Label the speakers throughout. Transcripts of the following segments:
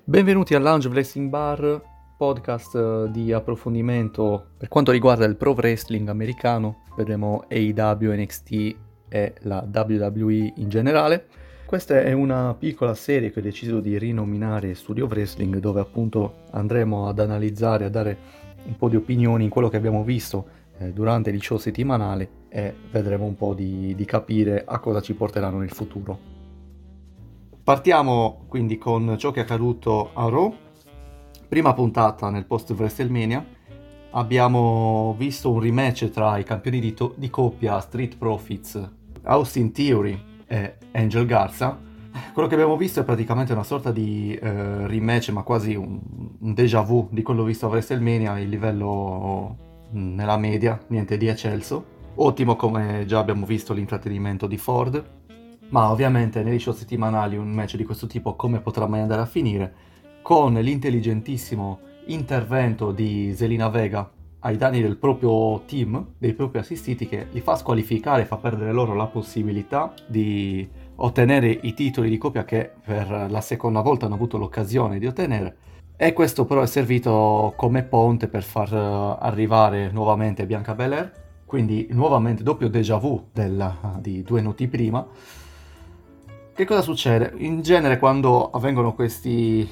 Speaker 1: Benvenuti al Lounge Wrestling Bar, podcast di approfondimento per quanto riguarda il pro wrestling americano. Vedremo AEW, NXT e la WWE in generale. Questa è una piccola serie che ho deciso di rinominare Studio Wrestling, dove appunto andremo ad analizzare, a dare un po' di opinioni in quello che abbiamo visto durante il show settimanale e vedremo un po' di capire a cosa ci porteranno nel futuro. Partiamo quindi con ciò che è accaduto a Raw. Prima puntata nel post WrestleMania. Abbiamo visto un rematch tra i campioni di coppia Street Profits, Austin Theory e Angel Garza. Quello che abbiamo visto è praticamente una sorta di rematch, ma quasi un déjà vu di quello visto a WrestleMania, il livello nella media, niente di eccelso. Ottimo, come già abbiamo visto, l'intrattenimento di Ford. Ma ovviamente negli show settimanali un match di questo tipo come potrà mai andare a finire? Con l'intelligentissimo intervento di Zelina Vega ai danni del proprio team, dei propri assistiti, che li fa squalificare e fa perdere loro la possibilità di ottenere i titoli di coppia che per la seconda volta hanno avuto l'occasione di ottenere. E questo però è servito come ponte per far arrivare nuovamente Bianca Belair, quindi nuovamente doppio déjà vu di 2 minuti prima. Che cosa succede? In genere quando avvengono queste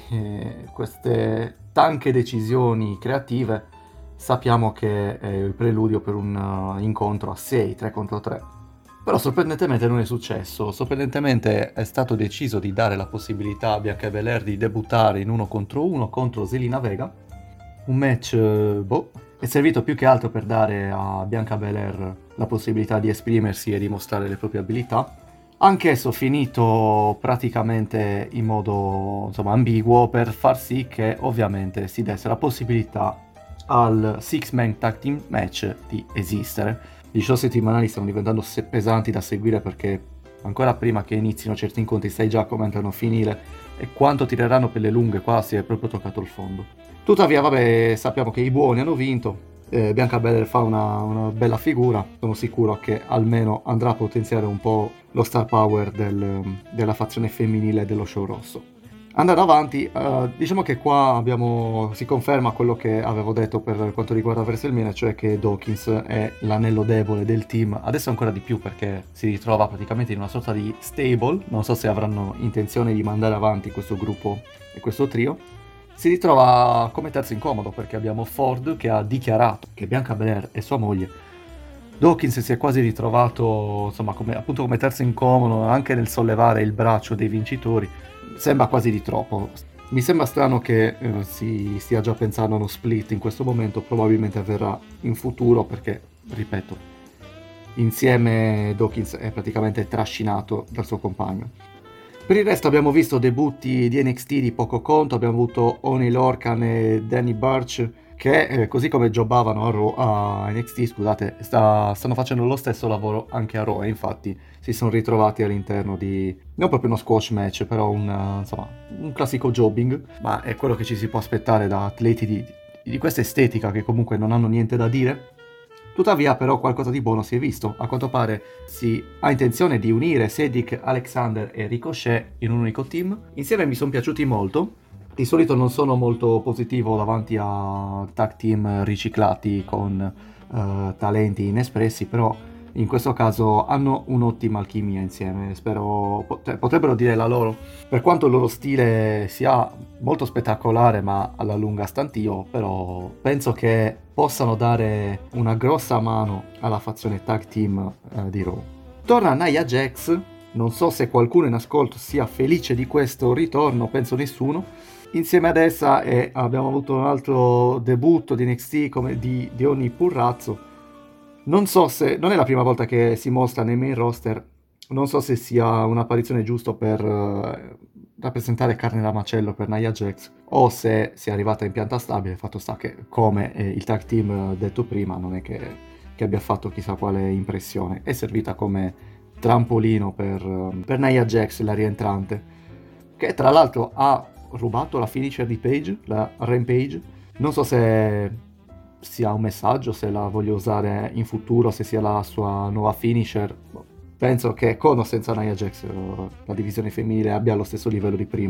Speaker 1: tanche decisioni creative sappiamo che è il preludio per un incontro a 6, 3 contro 3. Però sorprendentemente non è successo. Sorprendentemente è stato deciso di dare la possibilità a Bianca Belair di debuttare in 1 contro Zelina Vega. Un match, è servito più che altro per dare a Bianca Belair la possibilità di esprimersi e dimostrare le proprie abilità. Anch'esso finito praticamente in modo ambiguo, per far sì che ovviamente si desse la possibilità al Six-Man Tag Team Match di esistere. Gli show settimanali stanno diventando pesanti da seguire, perché ancora prima che inizino certi incontri sai già come andranno a finire e quanto tireranno per le lunghe. Qua si è proprio toccato il fondo. Tuttavia sappiamo che i buoni hanno vinto. Bianca Belair fa una bella figura. Sono sicuro che almeno andrà a potenziare un po' lo star power della fazione femminile dello show rosso. Andando avanti, diciamo che qua si conferma quello che avevo detto per quanto riguarda WrestleMania, cioè che Dawkins è l'anello debole del team, adesso ancora di più perché si ritrova praticamente in una sorta di stable. Non so se avranno intenzione di mandare avanti questo gruppo e questo trio. Si ritrova come terzo incomodo perché abbiamo Ford che ha dichiarato che Bianca Belair è sua moglie. Dawkins si è quasi ritrovato come terzo incomodo anche nel sollevare il braccio dei vincitori. Sembra quasi di troppo. Mi sembra strano che si stia già pensando a uno split in questo momento. Probabilmente avverrà in futuro perché, ripeto, insieme Dawkins è praticamente trascinato dal suo compagno. Per il resto abbiamo visto debutti di NXT di poco conto. Abbiamo avuto Oney Lorcan e Danny Burch che così come jobbavano a NXT, stanno facendo lo stesso lavoro anche a Raw, e infatti si sono ritrovati all'interno di non proprio uno squash match, però un classico jobbing, ma è quello che ci si può aspettare da atleti di questa estetica che comunque non hanno niente da dire. Tuttavia però qualcosa di buono si è visto. A quanto pare si ha intenzione di unire Cedric Alexander e Ricochet in un unico team. Insieme mi sono piaciuti molto. Di solito non sono molto positivo davanti a tag team riciclati con talenti inespressi, però in questo caso hanno un'ottima alchimia insieme. Spero potrebbero dire la loro. Per quanto il loro stile sia molto spettacolare ma alla lunga stantio, però penso che possano dare una grossa mano alla fazione tag team di Raw. Torna Nia Jax. Non so se qualcuno in ascolto sia felice di questo ritorno, penso nessuno. Insieme ad essa abbiamo avuto un altro debutto di NXT come di Oni Purrazzo. Non è la prima volta che si mostra nei main roster. Non so se sia un'apparizione giusta per rappresentare carne da macello per Nia Jax o se sia arrivata in pianta stabile. Fatto sta che, come il tag team detto prima, non è che abbia fatto chissà quale impressione. È servita come trampolino per Nia Jax, la rientrante, che tra l'altro ha rubato la finisher di Paige, la Rampage. Non so se sia un messaggio, se la voglio usare in futuro, se sia la sua nuova finisher. Penso che con o senza Nia Jax la divisione femminile abbia lo stesso livello di prima.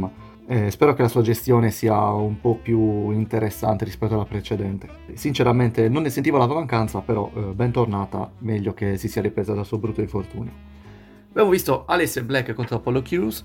Speaker 1: Spero che la sua gestione sia un po' più interessante rispetto alla precedente. Sinceramente non ne sentivo la mancanza, però bentornata, meglio che si sia ripresa dal suo brutto infortunio. Abbiamo visto Aleister Black contro Apollo Crews.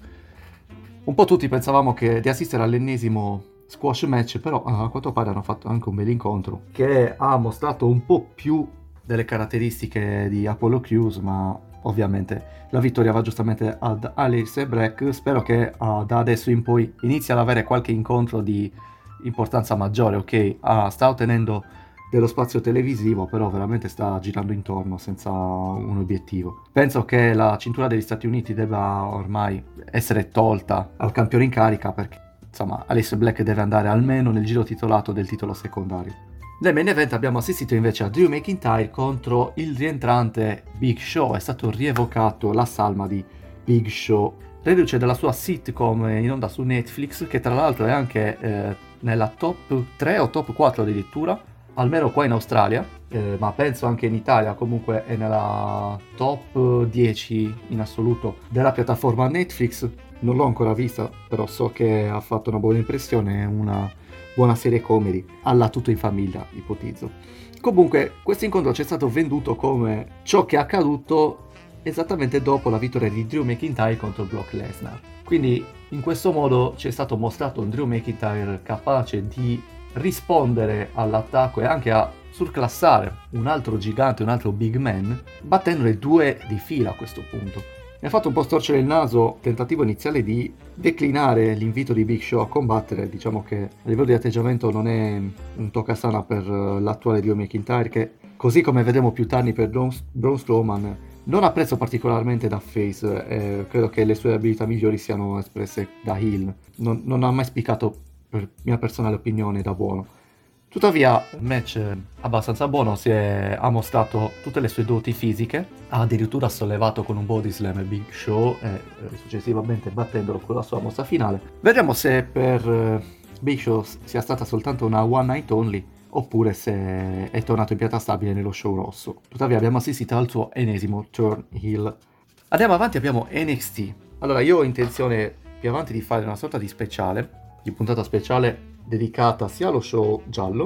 Speaker 1: Un po' tutti pensavamo di assistere all'ennesimo squash match, però a quanto pare hanno fatto anche un bel incontro che ha mostrato un po' più delle caratteristiche di Apollo Crews, ma ovviamente la vittoria va giustamente ad Aleister Black. Spero che da adesso in poi inizi ad avere qualche incontro di importanza maggiore, ok? Sta ottenendo dello spazio televisivo, però veramente sta girando intorno senza un obiettivo. Penso che la cintura degli Stati Uniti debba ormai essere tolta al campione in carica, perché insomma Aleister Black deve andare almeno nel giro titolato del titolo secondario. Nel main event abbiamo assistito invece a Drew McIntyre contro il rientrante Big Show. È stato rievocato la salma di Big Show, reduce dalla sua sitcom in onda su Netflix, che tra l'altro è anche nella top 3 o top 4 addirittura, almeno qua in Australia, ma penso anche in Italia. Comunque è nella top 10 in assoluto della piattaforma Netflix. Non l'ho ancora vista, però so che ha fatto una buona impressione, una buona serie comedy, alla Tutto in Famiglia, ipotizzo. Comunque, questo incontro ci è stato venduto come ciò che è accaduto esattamente dopo la vittoria di Drew McIntyre contro Brock Lesnar. Quindi, in questo modo ci è stato mostrato un Drew McIntyre capace di rispondere all'attacco e anche a surclassare un altro gigante, un altro big man, battendone 2 di fila a questo punto. Mi ha fatto un po' storcere il naso tentativo iniziale di declinare l'invito di Big Show a combattere. Diciamo che a livello di atteggiamento non è un toccasana per l'attuale Drew McIntyre, che così come vedremo più tardi per Braun Strowman non apprezzo particolarmente da face. Credo che le sue abilità migliori siano espresse da heel. Non ha mai spiccato, per mia personale opinione, da buono. Tuttavia, un match abbastanza buono, ha mostrato tutte le sue doti fisiche, ha addirittura sollevato con un body slam Big Show e successivamente battendolo con la sua mossa finale. Vedremo se per Big Show sia stata soltanto una one night only oppure se è tornato in pianta stabile nello show rosso. Tuttavia abbiamo assistito al suo ennesimo turn heel. Andiamo avanti, abbiamo NXT. Allora, io ho intenzione più avanti di fare una sorta di speciale, di puntata speciale dedicata sia allo show giallo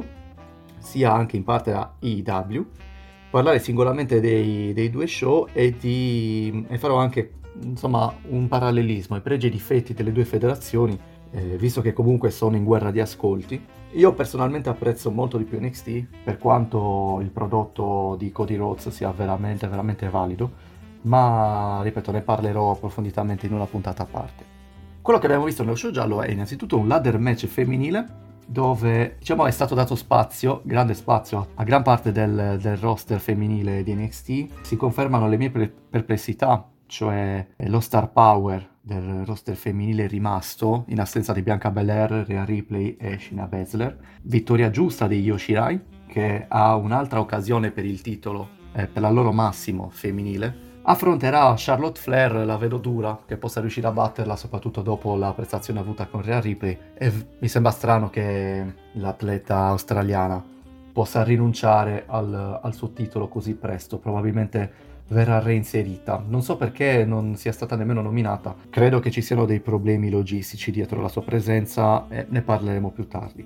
Speaker 1: sia anche in parte a AEW, parlare singolarmente dei due show e farò anche insomma un parallelismo ai pregi e difetti delle due federazioni, visto che comunque sono in guerra di ascolti. Io personalmente apprezzo molto di più NXT, per quanto il prodotto di Cody Rhodes sia veramente veramente valido, ma ripeto, ne parlerò approfonditamente in una puntata a parte. Quello che abbiamo visto nello show giallo è innanzitutto un ladder match femminile, dove diciamo è stato dato spazio, grande spazio, a gran parte del roster femminile di NXT. Si confermano le mie perplessità, cioè lo star power del roster femminile rimasto in assenza di Bianca Belair, Rhea Ripley e Shayna Baszler. Vittoria giusta di Io Shirai, che ha un'altra occasione per il titolo, per la loro massimo femminile. Affronterà Charlotte Flair, la vedo dura che possa riuscire a batterla, soprattutto dopo la prestazione avuta con Rhea Ripley, e mi sembra strano che l'atleta australiana possa rinunciare al suo titolo così presto. Probabilmente verrà reinserita, non so perché non sia stata nemmeno nominata. Credo che ci siano dei problemi logistici dietro la sua presenza e ne parleremo più tardi.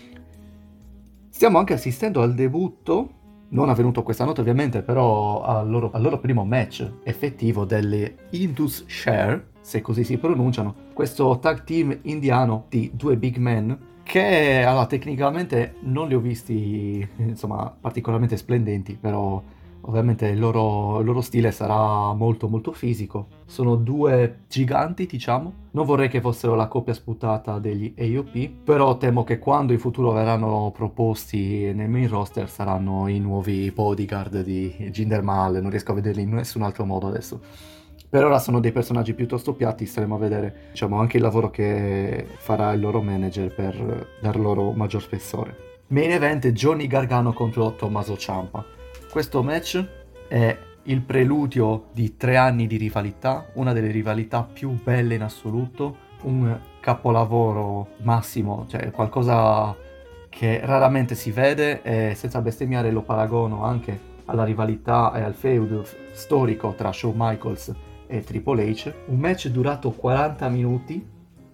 Speaker 1: Stiamo anche assistendo al debutto, non avvenuto questa notte ovviamente, però al loro primo match effettivo delle Indus Share, se così si pronunciano, questo tag team indiano di due big men che allora, tecnicamente non li ho visti insomma particolarmente splendenti, però ovviamente il loro stile sarà molto molto fisico. Sono due giganti, diciamo. Non vorrei che fossero la coppia sputata degli AOP, però temo che quando in futuro verranno proposti nel main roster saranno i nuovi bodyguard di Jinder Mahal. Non riesco a vederli in nessun altro modo adesso. Per ora sono dei personaggi piuttosto piatti, staremo a vedere diciamo anche il lavoro che farà il loro manager per dar loro maggior spessore. Main event Johnny Gargano contro Tommaso Ciampa. Questo match è il preludio di 3 anni di rivalità, una delle rivalità più belle in assoluto, un capolavoro massimo, cioè qualcosa che raramente si vede, e senza bestemmiare lo paragono anche alla rivalità e al feud storico tra Shawn Michaels e Triple H. Un match durato 40 minuti,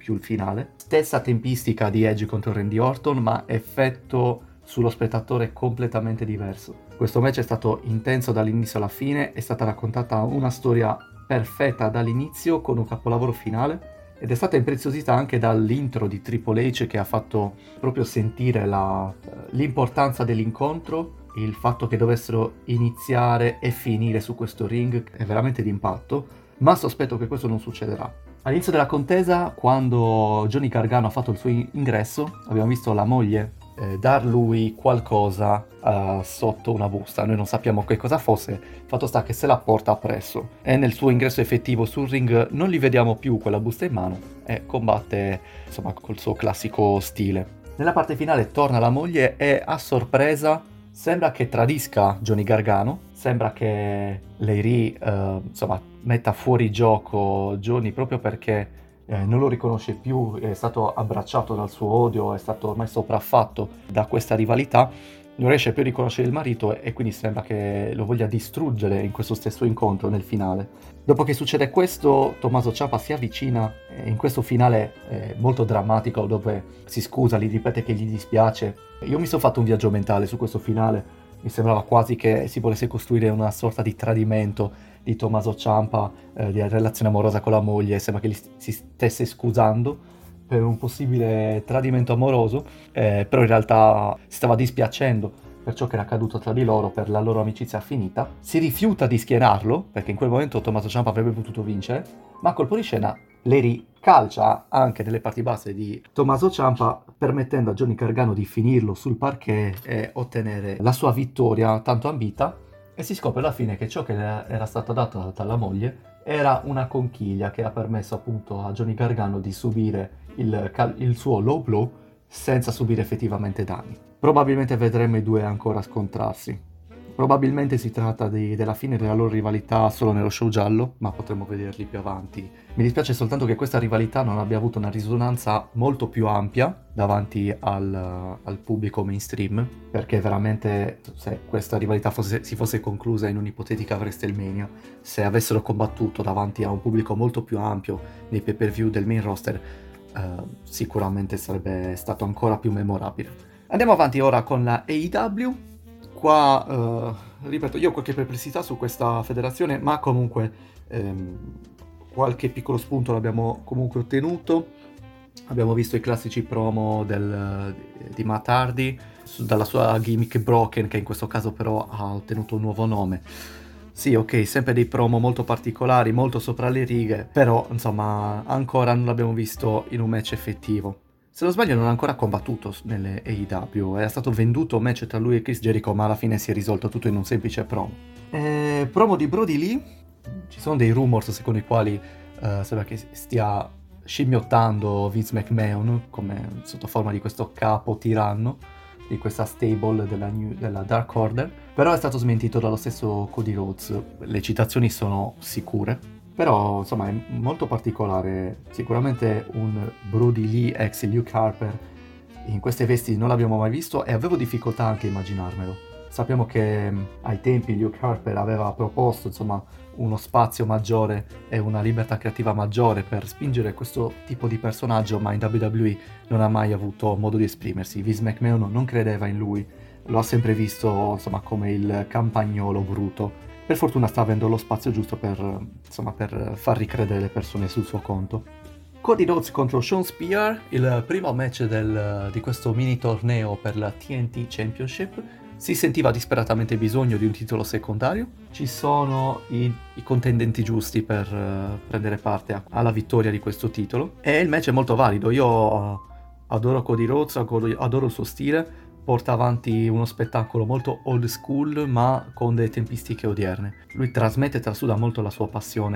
Speaker 1: più il finale. Stessa tempistica di Edge contro Randy Orton, ma effetto sullo spettatore completamente diverso. Questo match è stato intenso dall'inizio alla fine, è stata raccontata una storia perfetta dall'inizio con un capolavoro finale ed è stata impreziosita anche dall'intro di Triple H che ha fatto proprio sentire l'importanza dell'incontro, il fatto che dovessero iniziare e finire su questo ring è veramente d'impatto, ma sospetto che questo non succederà. All'inizio della contesa, quando Johnny Gargano ha fatto il suo ingresso, abbiamo visto la moglie dar lui qualcosa sotto una busta. Noi non sappiamo che cosa fosse, fatto sta che se la porta appresso e nel suo ingresso effettivo sul ring non li vediamo più quella busta in mano e combatte insomma col suo classico stile. Nella parte finale torna la moglie e a sorpresa sembra che tradisca Johnny Gargano, sembra che Lei insomma metta fuori gioco Johnny proprio perché non lo riconosce più, è stato abbracciato dal suo odio, è stato ormai sopraffatto da questa rivalità, non riesce più a riconoscere il marito e quindi sembra che lo voglia distruggere in questo stesso incontro nel finale. Dopo che succede questo, Tommaso Ciampa si avvicina in questo finale molto drammatico dove si scusa, gli ripete che gli dispiace. Io mi sono fatto un viaggio mentale su questo finale, mi sembrava quasi che si volesse costruire una sorta di tradimento di Tommaso Ciampa, di relazione amorosa con la moglie, sembra che si stesse scusando per un possibile tradimento amoroso, però in realtà si stava dispiacendo per ciò che era accaduto tra di loro, per la loro amicizia finita. Si rifiuta di schierarlo, perché in quel momento Tommaso Ciampa avrebbe potuto vincere, ma a colpo di scena Lei calcia anche nelle parti basse di Tommaso Ciampa, permettendo a Johnny Gargano di finirlo sul parquet e ottenere la sua vittoria tanto ambita. E si scopre alla fine che ciò che le era stato dato dalla moglie era una conchiglia che ha permesso appunto a Johnny Gargano di subire il suo low blow senza subire effettivamente danni. Probabilmente vedremo i due ancora scontrarsi. Probabilmente si tratta della fine della loro rivalità solo nello show giallo, ma potremo vederli più avanti. Mi dispiace soltanto che questa rivalità non abbia avuto una risonanza molto più ampia davanti al pubblico mainstream, perché veramente se questa rivalità si fosse conclusa in un'ipotetica WrestleMania, se avessero combattuto davanti a un pubblico molto più ampio nei pay-per-view del main roster, sicuramente sarebbe stato ancora più memorabile. Andiamo avanti ora con la AEW. Qua, ripeto, io ho qualche perplessità su questa federazione, ma comunque qualche piccolo spunto l'abbiamo comunque ottenuto. Abbiamo visto i classici promo di Matt Hardy, dalla sua gimmick Broken, che in questo caso però ha ottenuto un nuovo nome. Sì, ok, sempre dei promo molto particolari, molto sopra le righe, però insomma ancora non l'abbiamo visto in un match effettivo. Se non sbaglio non ha ancora combattuto nelle AEW, era stato venduto un match tra lui e Chris Jericho, ma alla fine si è risolto tutto in un semplice promo. Promo di Brody Lee, ci sono dei rumors secondo i quali sembra che stia scimmiottando Vince McMahon come sotto forma di questo capo tiranno di questa stable della Dark Order, però è stato smentito dallo stesso Cody Rhodes. Le citazioni sono sicure. Però insomma è molto particolare, sicuramente un Brody Lee ex Luke Harper in queste vesti non l'abbiamo mai visto e avevo difficoltà anche a immaginarmelo. Sappiamo che ai tempi Luke Harper aveva proposto insomma uno spazio maggiore e una libertà creativa maggiore per spingere questo tipo di personaggio, ma in WWE non ha mai avuto modo di esprimersi. Vince McMahon non credeva in lui, lo ha sempre visto insomma come il campagnolo bruto. Per fortuna sta avendo lo spazio giusto per far ricredere le persone sul suo conto. Cody Rhodes contro Sean Spear, il primo match di questo mini torneo per la TNT Championship. Si sentiva disperatamente bisogno di un titolo secondario. Ci sono i contendenti giusti per prendere parte alla vittoria di questo titolo. E il match è molto valido. Io adoro Cody Rhodes, adoro il suo stile. Porta avanti uno spettacolo molto old school ma con delle tempistiche odierne. Lui trasuda molto la sua passione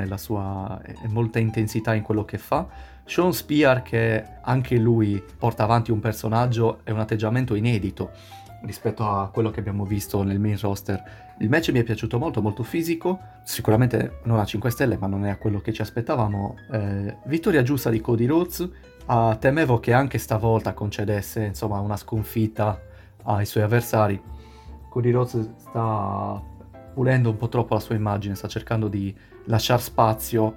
Speaker 1: e molta intensità in quello che fa. Sean Spear, che anche lui porta avanti un personaggio e un atteggiamento inedito rispetto a quello che abbiamo visto nel main roster. Il match mi è piaciuto molto, molto fisico, sicuramente non a 5 stelle ma non è a quello che ci aspettavamo. Vittoria giusta di Cody Rhodes. Temevo che anche stavolta concedesse una sconfitta ai suoi avversari. Cody Rhodes sta pulendo un po' troppo la sua immagine, sta cercando di lasciare spazio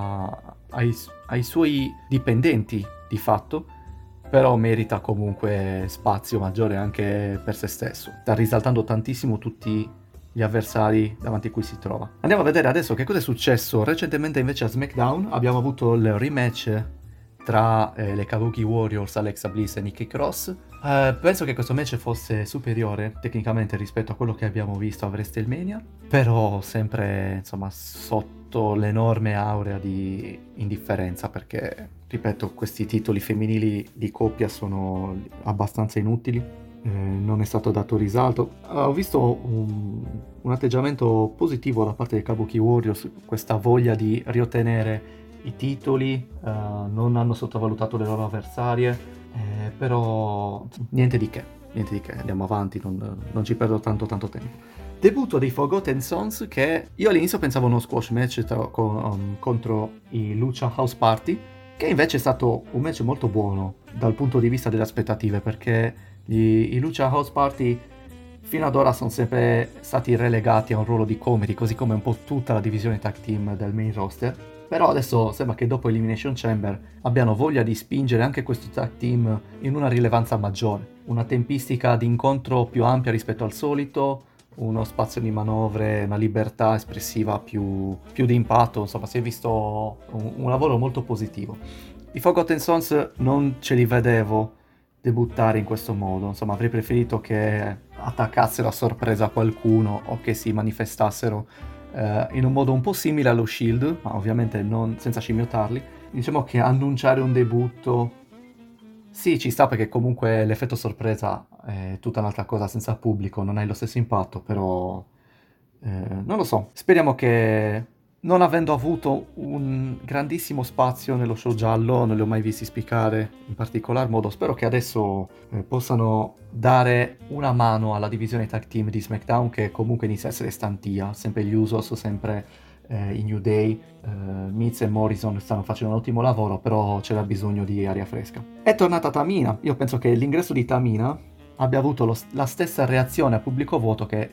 Speaker 1: ai suoi dipendenti di fatto, però merita comunque spazio maggiore anche per se stesso. Sta risaltando tantissimo tutti gli avversari davanti a cui si trova. Andiamo a vedere adesso che cosa è successo recentemente invece a SmackDown. Abbiamo avuto il rematch tra le Kabuki Warriors, Alexa Bliss e Nikki Cross. Penso che questo match fosse superiore tecnicamente rispetto a quello che abbiamo visto a WrestleMania, però sempre insomma sotto l'enorme aurea di indifferenza, perché ripeto, questi titoli femminili di coppia sono abbastanza inutili. Non è stato dato risalto. Ho visto un atteggiamento positivo da parte dei Kabuki Warriors, questa voglia di riottenere i titoli, non hanno sottovalutato le loro avversarie, però niente di che, andiamo avanti, non ci perdo tanto tempo. Debutto dei Forgotten Sons, che io all'inizio pensavo uno squash match contro i Lucha House Party, che invece è stato un match molto buono dal punto di vista delle aspettative, perché i Lucha House Party fino ad ora sono sempre stati relegati a un ruolo di comedy, così come un po' tutta la divisione tag team del main roster. Però adesso sembra che dopo Elimination Chamber abbiano voglia di spingere anche questo tag team in una rilevanza maggiore, una tempistica di incontro più ampia rispetto al solito, uno spazio di manovre, una libertà espressiva più di impatto. Insomma, si è visto un lavoro molto positivo. I Forgotten Sons non ce li vedevo debuttare in questo modo, insomma avrei preferito che attaccassero a sorpresa qualcuno o che si manifestassero in un modo un po' simile allo Shield, ma ovviamente non senza scimmiottarli. Diciamo che annunciare un debutto sì, ci sta, perché comunque l'effetto sorpresa è tutta un'altra cosa senza pubblico, non hai lo stesso impatto, però non lo so, speriamo che, non avendo avuto un grandissimo spazio nello show giallo, non li ho mai visti spiccare in particolar modo, spero che adesso possano dare una mano alla divisione tag team di SmackDown, che comunque inizia a essere stantia, sempre gli Usos, sempre i New Day, Miz e Morrison stanno facendo un ottimo lavoro, però c'era bisogno di aria fresca. È tornata Tamina. Io penso che l'ingresso di Tamina abbia avuto la stessa reazione a pubblico vuoto che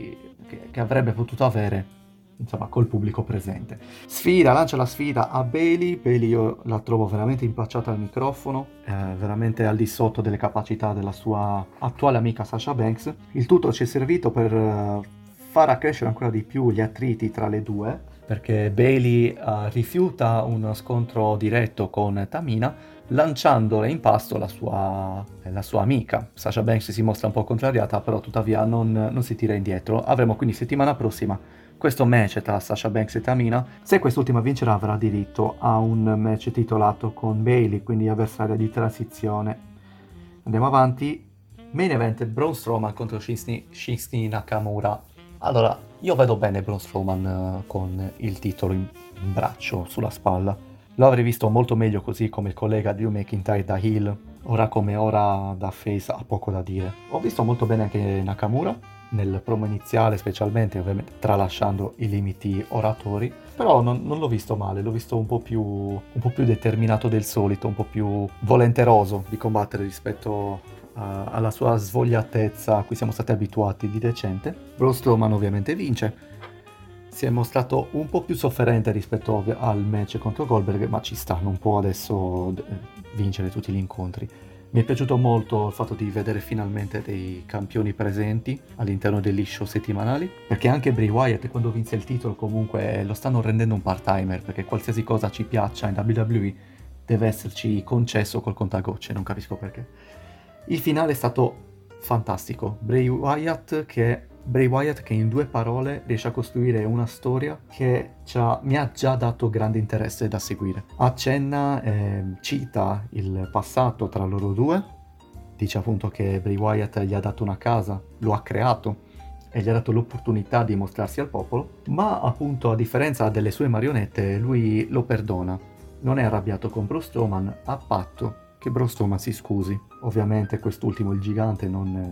Speaker 1: avrebbe potuto avere, insomma, col pubblico presente. Lancia la sfida a Bayley. Bayley io la trovo veramente impacciata al microfono, veramente al di sotto delle capacità della sua attuale amica Sasha Banks. Il tutto ci è servito per far accrescere ancora di più gli attriti tra le due, perché Bayley rifiuta uno scontro diretto con Tamina, lanciandole in pasto la sua amica. Sasha Banks si mostra un po' contrariata, però tuttavia non si tira indietro. Avremo quindi settimana prossima questo match tra Sasha Banks e Tamina. Se quest'ultima vincerà avrà diritto a un match titolato con Bayley, quindi avversaria di transizione. Andiamo avanti. Main event: Braun Strowman contro Shinsuke Nakamura. Allora, io vedo bene Braun Strowman con il titolo in braccio, sulla spalla. Lo avrei visto molto meglio così, come il collega Drew McIntyre da heel. Ora come ora da face ha poco da dire. Ho visto molto bene anche Nakamura nel promo iniziale, specialmente, ovviamente tralasciando i limiti oratori, però non l'ho visto male, l'ho visto un po' più determinato del solito, un po' più volenteroso di combattere rispetto alla sua svogliatezza a cui siamo stati abituati di recente. Braun Strowman ovviamente vince, si è mostrato un po' più sofferente rispetto al match contro Goldberg, ma ci sta, non può adesso vincere tutti gli incontri. Mi è piaciuto molto il fatto di vedere finalmente dei campioni presenti all'interno degli show settimanali, perché anche Bray Wyatt, quando vinse il titolo, comunque lo stanno rendendo un part-timer, perché qualsiasi cosa ci piaccia in WWE deve esserci concesso col contagocce, non capisco perché. Il finale è stato fantastico. Bray Wyatt che in 2 parole riesce a costruire una storia che mi ha già dato grande interesse da seguire. Accenna, cita il passato tra loro due, dice appunto che Bray Wyatt gli ha dato una casa, lo ha creato e gli ha dato l'opportunità di mostrarsi al popolo, ma appunto a differenza delle sue marionette lui lo perdona. Non è arrabbiato con Braun Strowman, a patto che Braun Strowman si scusi. Ovviamente quest'ultimo, il gigante,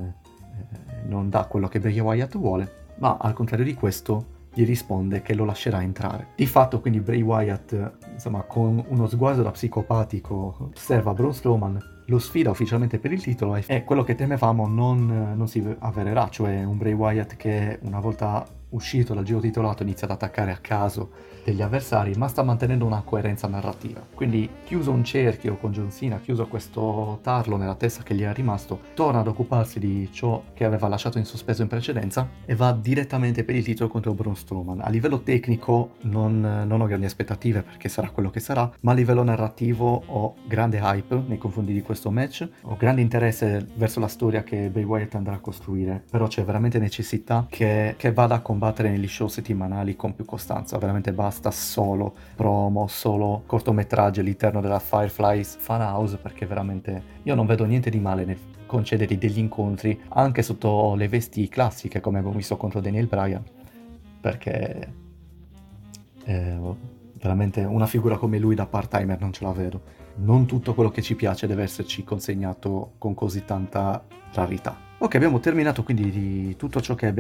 Speaker 1: non dà quello che Bray Wyatt vuole, ma al contrario di questo gli risponde che lo lascerà entrare. Di fatto quindi Bray Wyatt, insomma, con uno sguardo da psicopatico osserva Braun Strowman, lo sfida ufficialmente per il titolo e quello che temevamo non si avvererà, cioè un Bray Wyatt che una volta uscito dal giro titolato inizia ad attaccare a caso degli avversari, ma sta mantenendo una coerenza narrativa. Quindi, chiuso un cerchio con John Cena, chiuso questo tarlo nella testa che gli era rimasto, torna ad occuparsi di ciò che aveva lasciato in sospeso in precedenza e va direttamente per il titolo contro Braun Strowman. A livello tecnico non ho grandi aspettative perché sarà quello che sarà, ma a livello narrativo ho grande hype nei confronti di questo match, ho grande interesse verso la storia che Bray Wyatt andrà a costruire, però c'è veramente necessità che vada a combattere negli show settimanali con più costanza. Veramente basta solo promo, solo cortometraggi all'interno della Fireflies Fan House, perché veramente io non vedo niente di male nel concedere degli incontri anche sotto le vesti classiche come abbiamo visto contro Daniel Bryan, perché veramente una figura come lui da part-timer non ce la vedo. Non tutto quello che ci piace deve esserci consegnato con così tanta rarità. Ok, abbiamo terminato quindi di tutto ciò che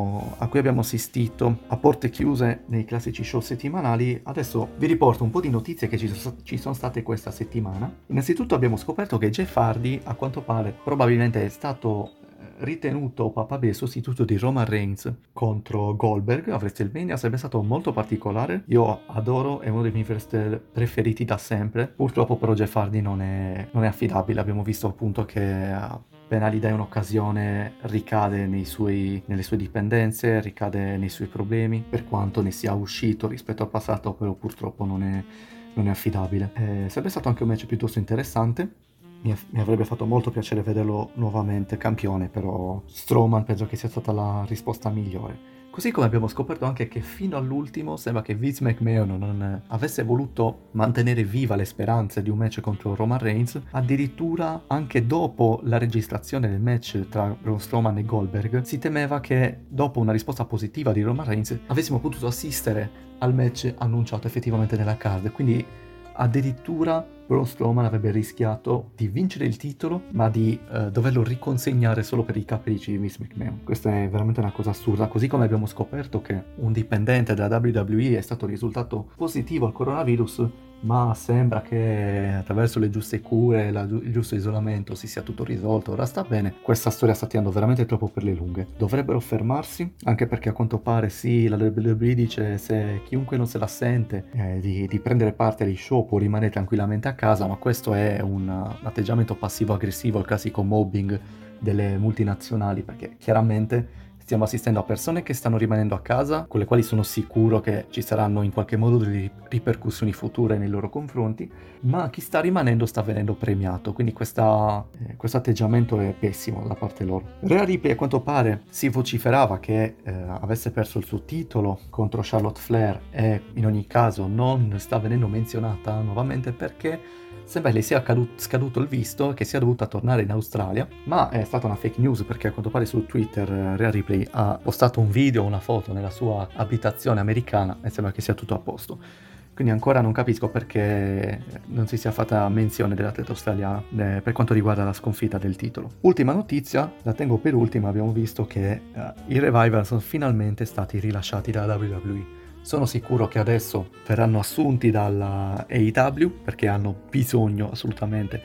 Speaker 1: a cui abbiamo assistito a porte chiuse nei classici show settimanali. Adesso vi riporto un po' di notizie che ci sono state questa settimana. Innanzitutto abbiamo scoperto che Jeff Hardy, a quanto pare, probabilmente è stato ritenuto papabile sostituto di Roman Reigns contro Goldberg a WrestleMania. Sarebbe stato molto particolare. Io adoro, è uno dei miei wrestler preferiti da sempre. Purtroppo però Jeff Hardy non è affidabile. Abbiamo visto appunto che appena gli dai un'occasione ricade nelle sue dipendenze, ricade nei suoi problemi, per quanto ne sia uscito rispetto al passato, però purtroppo non è affidabile. Sarebbe stato anche un match piuttosto interessante. Mi avrebbe fatto molto piacere vederlo nuovamente campione, però Strowman penso che sia stata la risposta migliore. Così come abbiamo scoperto anche che fino all'ultimo sembra che Vince McMahon non avesse voluto mantenere viva le speranze di un match contro Roman Reigns. Addirittura anche dopo la registrazione del match tra Braun Strowman e Goldberg si temeva che dopo una risposta positiva di Roman Reigns avessimo potuto assistere al match annunciato effettivamente nella card. Quindi addirittura Braun Strowman avrebbe rischiato di vincere il titolo, ma di doverlo riconsegnare solo per i capricci di Vince McMahon. Questa è veramente una cosa assurda, così come abbiamo scoperto che un dipendente della WWE è stato risultato positivo al coronavirus, ma sembra che attraverso le giuste cure e il giusto isolamento si sia tutto risolto, ora sta bene. Questa storia sta tirando veramente troppo per le lunghe. Dovrebbero fermarsi, anche perché a quanto pare sì, la WWE dice se chiunque non se la sente di prendere parte agli show può rimanere tranquillamente a casa, ma questo è un atteggiamento passivo-aggressivo, il classico mobbing delle multinazionali, perché chiaramente stiamo assistendo a persone che stanno rimanendo a casa, con le quali sono sicuro che ci saranno in qualche modo delle ripercussioni future nei loro confronti, ma chi sta rimanendo sta venendo premiato, quindi questo atteggiamento è pessimo da parte loro. Rhea Ripley, a quanto pare si vociferava che avesse perso il suo titolo contro Charlotte Flair e in ogni caso non sta venendo menzionata nuovamente perché sembra che le sia scaduto il visto, che sia dovuta tornare in Australia, ma è stata una fake news perché a quanto pare su Twitter Rhea Ripley ha postato un video o una foto nella sua abitazione americana e sembra che sia tutto a posto. Quindi ancora non capisco perché non si sia fatta menzione dell'atleta australiana per quanto riguarda la sconfitta del titolo. Ultima notizia, la tengo per ultima, abbiamo visto che i Revival sono finalmente stati rilasciati dalla WWE. Sono sicuro che adesso verranno assunti dalla AEW perché hanno bisogno assolutamente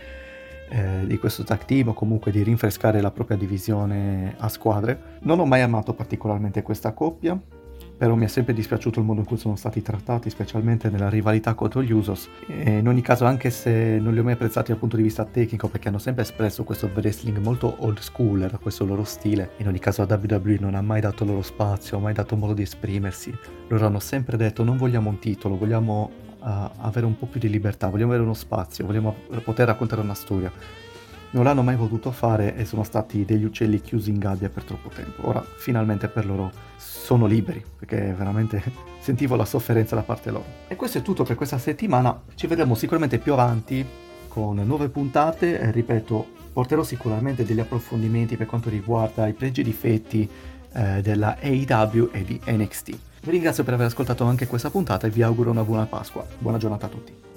Speaker 1: di questo tag team o comunque di rinfrescare la propria divisione a squadre. Non ho mai amato particolarmente questa coppia, però mi è sempre dispiaciuto il modo in cui sono stati trattati, specialmente nella rivalità contro gli Usos. E in ogni caso, anche se non li ho mai apprezzati dal punto di vista tecnico, perché hanno sempre espresso questo wrestling molto old school, era questo loro stile, in ogni caso la WWE non ha mai dato loro spazio, mai dato modo di esprimersi. Loro hanno sempre detto non vogliamo un titolo, vogliamo avere un po' più di libertà, vogliamo avere uno spazio, vogliamo poter raccontare una storia. Non l'hanno mai potuto fare e sono stati degli uccelli chiusi in gabbia per troppo tempo. Ora finalmente per loro sono liberi, perché veramente sentivo la sofferenza da parte loro. E questo è tutto per questa settimana, ci vedremo sicuramente più avanti con nuove puntate e ripeto, porterò sicuramente degli approfondimenti per quanto riguarda i pregi e difetti della AEW e di NXT. Vi ringrazio per aver ascoltato anche questa puntata e vi auguro una buona Pasqua. Buona giornata a tutti.